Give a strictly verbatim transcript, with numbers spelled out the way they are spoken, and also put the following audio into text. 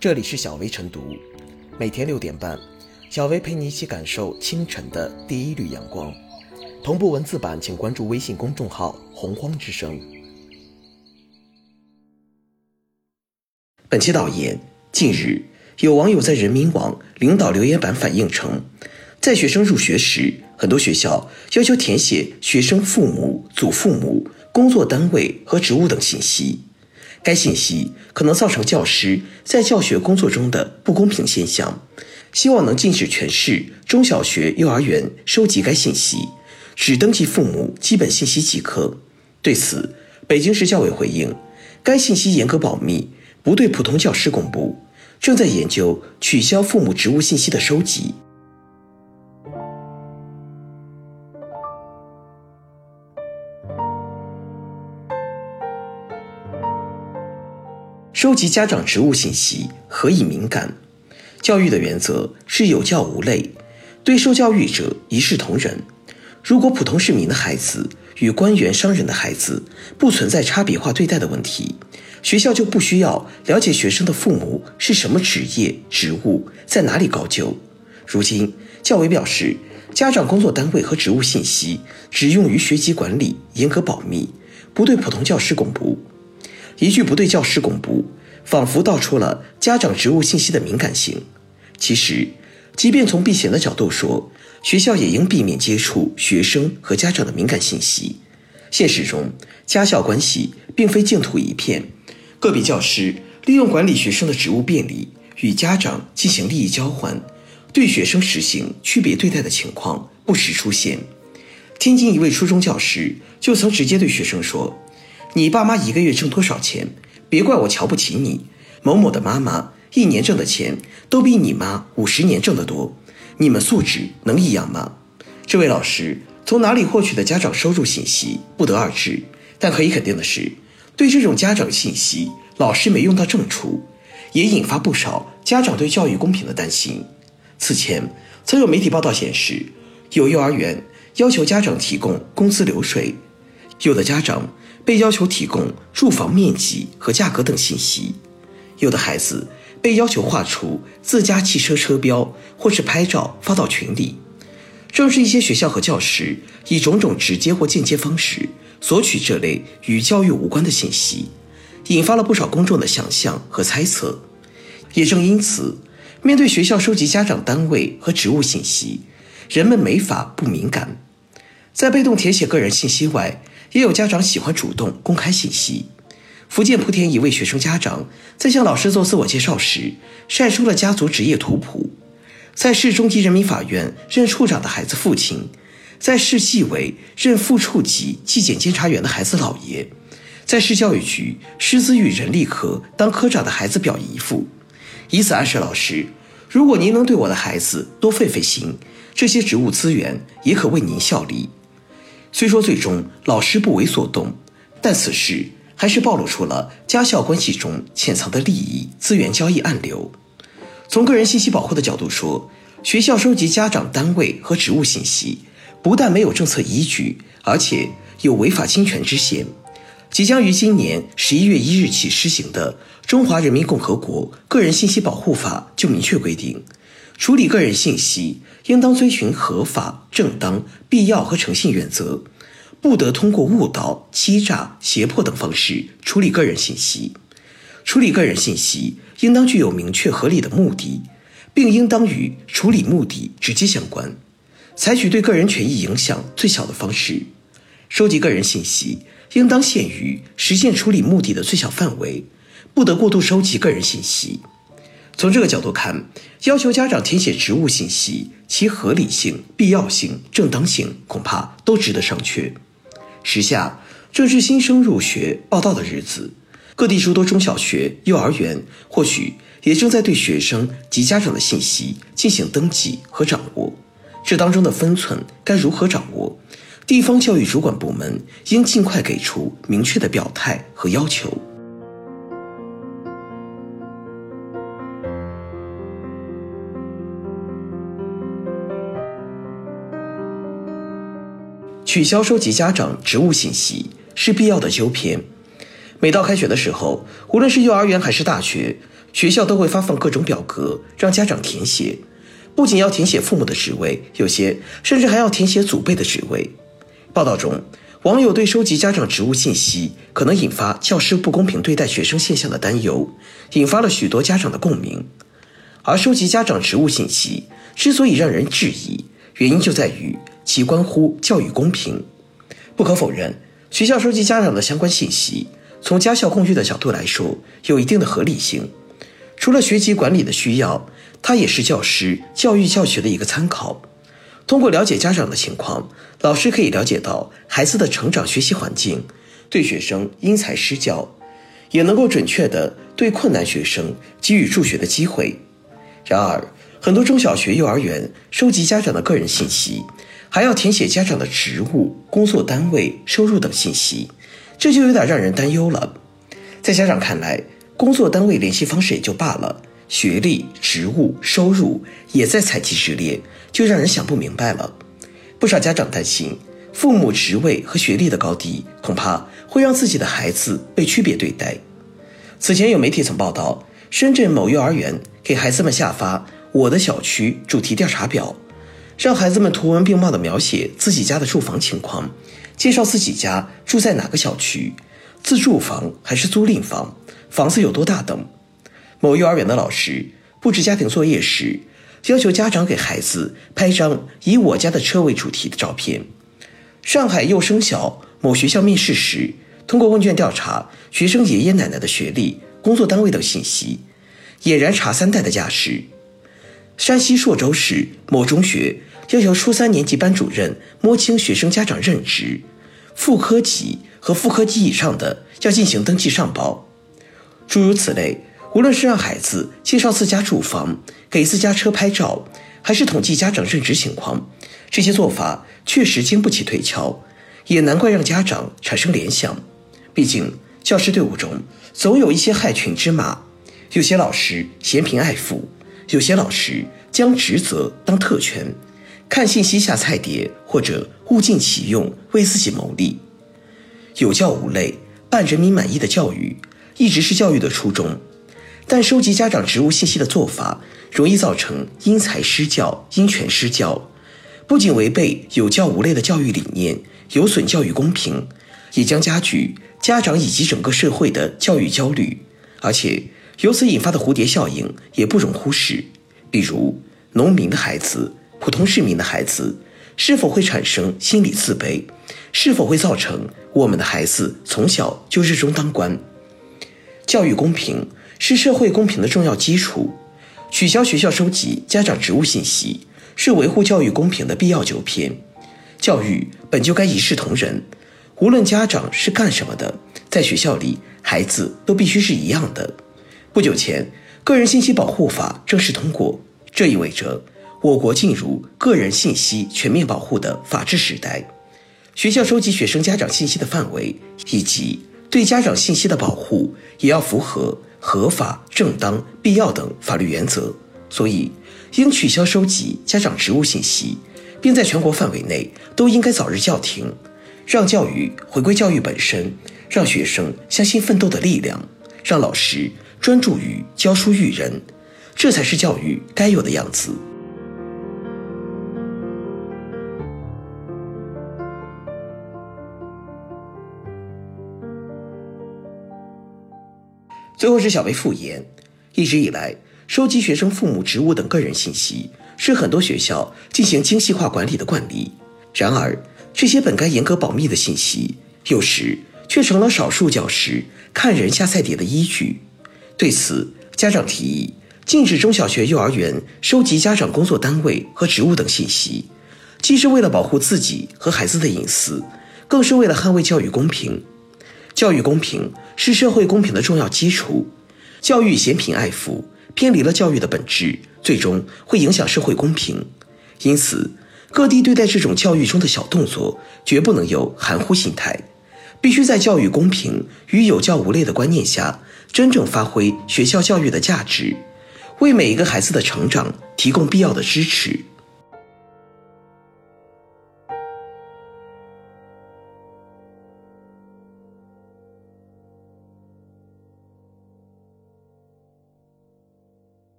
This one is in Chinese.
这里是小薇晨读，每天六点半，小薇陪你一起感受清晨的第一缕阳光。同步文字版请关注微信公众号洪荒之声。本期导言：近日，有网友在人民网领导留言板反映称，在学生入学时，很多学校要求填写学生父母、祖父母、工作单位和职务等信息。该信息可能造成教师在教学工作中的不公平现象，希望能禁止全市中小学、幼儿园收集该信息，只登记父母基本信息即可。对此，北京市教委回应，该信息严格保密，不对普通教师公布，正在研究取消父母职务信息的收集。收集家长职务信息何以敏感？教育的原则是有教无类，对受教育者一视同仁。如果普通市民的孩子与官员商人的孩子不存在差别化对待的问题，学校就不需要了解学生的父母是什么职业、职务，在哪里高就。如今，教委表示，家长工作单位和职务信息只用于学籍管理，严格保密，不对普通教师公布。一句不对教师公布，仿佛道出了家长职务信息的敏感性。其实，即便从避嫌的角度说，学校也应避免接触学生和家长的敏感信息。现实中，家校关系并非净土一片，个别教师利用管理学生的职务便利，与家长进行利益交换，对学生实行区别对待的情况不时出现。天津一位初中教师就曾直接对学生说，你爸妈一个月挣多少钱？别怪我瞧不起你。某某的妈妈一年挣的钱都比你妈五十年挣得多，你们素质能一样吗？这位老师从哪里获取的家长收入信息不得而知，但可以肯定的是，对这种家长信息，老师没用到正处，也引发不少家长对教育公平的担心。此前，曾有媒体报道显示，有幼儿园要求家长提供工资流水，有的家长被要求提供住房面积和价格等信息，有的孩子被要求画出自家汽车车标或是拍照发到群里。正是一些学校和教师以种种直接或间接方式索取这类与教育无关的信息，引发了不少公众的想象和猜测。也正因此，面对学校收集家长单位和职务信息，人们没法不敏感。在被动填写个人信息外，也有家长喜欢主动公开信息。福建莆田一位学生家长在向老师做自我介绍时，晒出了家族职业图谱。在市中级人民法院任处长的孩子父亲，在市纪委任副处级纪检监察员的孩子姥爷，在市教育局师资与人力科当科长的孩子表姨父，以此暗示老师，如果您能对我的孩子多费费心，这些职务资源也可为您效力。虽说最终老师不为所动，但此事还是暴露出了家校关系中潜藏的利益资源交易暗流。从个人信息保护的角度说，学校收集家长单位和职务信息，不但没有政策依据，而且有违法侵权之嫌。即将于今年十一月一日起施行的《中华人民共和国个人信息保护法》就明确规定，处理个人信息应当遵循合法、正当、必要和诚信原则，不得通过误导、欺诈、胁迫等方式处理个人信息。处理个人信息应当具有明确合理的目的，并应当与处理目的直接相关，采取对个人权益影响最小的方式。收集个人信息应当限于实现处理目的的最小范围，不得过度收集个人信息。从这个角度看，要求家长填写职务信息，其合理性、必要性、正当性恐怕都值得商榷。时下正是新生入学报到的日子，各地诸多中小学、幼儿园或许也正在对学生及家长的信息进行登记和掌握，这当中的分寸该如何掌握？地方教育主管部门应尽快给出明确的表态和要求。取消收集家长职务信息是必要的纠偏。 每到开学的时候，无论是幼儿园还是大学，学校都会发放各种表格让家长填写，不仅要填写父母的职位，有些甚至还要填写祖辈的职位。报道中，网友对收集家长职务信息可能引发教师不公平对待学生现象的担忧，引发了许多家长的共鸣。而收集家长职务信息之所以让人质疑，原因就在于其关乎教育公平。不可否认，学校收集家长的相关信息，从家校共育的角度来说，有一定的合理性。除了学籍管理的需要，它也是教师教育教学的一个参考。通过了解家长的情况，老师可以了解到孩子的成长学习环境，对学生因材施教，也能够准确地对困难学生给予助学的机会。然而，很多中小学、幼儿园收集家长的个人信息，还要填写家长的职务、工作单位、收入等信息，这就有点让人担忧了。在家长看来，工作单位联系方式也就罢了，学历、职务、收入也在采集之列，就让人想不明白了。不少家长担心，父母职位和学历的高低，恐怕会让自己的孩子被区别对待。此前有媒体曾报道，深圳某幼儿园给孩子们下发我的小区主题调查表，让孩子们图文并茂地描写自己家的住房情况，介绍自己家住在哪个小区，自住房还是租赁房，房子有多大等。某幼儿园的老师布置家庭作业时，要求家长给孩子拍张以我家的车为主题的照片。上海幼升小某学校面试时，通过问卷调查学生爷爷奶奶的学历、工作单位等信息，俨然查三代的架势。山西朔州市某中学要求初三年级班主任摸清学生家长任职，副科级和副科级以上的要进行登记上报。诸如此类，无论是让孩子介绍自家住房，给自家车拍照，还是统计家长任职情况，这些做法确实经不起推敲，也难怪让家长产生联想。毕竟教师队伍中总有一些害群之马，有些老师嫌贫爱富，有些老师将职责当特权，看信息下菜碟，或者物尽其用，为自己谋利。有教无类，办人民满意的教育一直是教育的初衷，但收集家长职务信息的做法容易造成因材施教、因权施教，不仅违背有教无类的教育理念，有损教育公平，也将加剧家长以及整个社会的教育焦虑，而且由此引发的蝴蝶效应也不容忽视。比如农民的孩子、普通市民的孩子是否会产生心理自卑，是否会造成我们的孩子从小就热衷当官。教育公平是社会公平的重要基础，取消学校收集家长职务信息是维护教育公平的必要九篇。教育本就该一视同仁，无论家长是干什么的，在学校里孩子都必须是一样的。不久前，个人信息保护法正式通过，这意味着我国进入个人信息全面保护的法治时代。学校收集学生家长信息的范围以及对家长信息的保护也要符合合法、正当、必要等法律原则，所以应取消收集家长职务信息，并在全国范围内都应该早日叫停，让教育回归教育本身，让学生相信奋斗的力量，让老师专注于教书育人，这才是教育该有的样子。最后是小薇复言，一直以来，收集学生父母职务等个人信息是很多学校进行精细化管理的惯例。然而，这些本该严格保密的信息，有时却成了少数教师看人下菜碟的依据。对此，家长提议禁止中小学、幼儿园收集家长工作单位和职务等信息，既是为了保护自己和孩子的隐私，更是为了捍卫教育公平。教育公平是社会公平的重要基础，教育嫌贫爱富，偏离了教育的本质，最终会影响社会公平。因此，各地对待这种教育中的小动作，绝不能有含糊心态，必须在教育公平与有教无类的观念下，真正发挥学校教育的价值，为每一个孩子的成长提供必要的支持。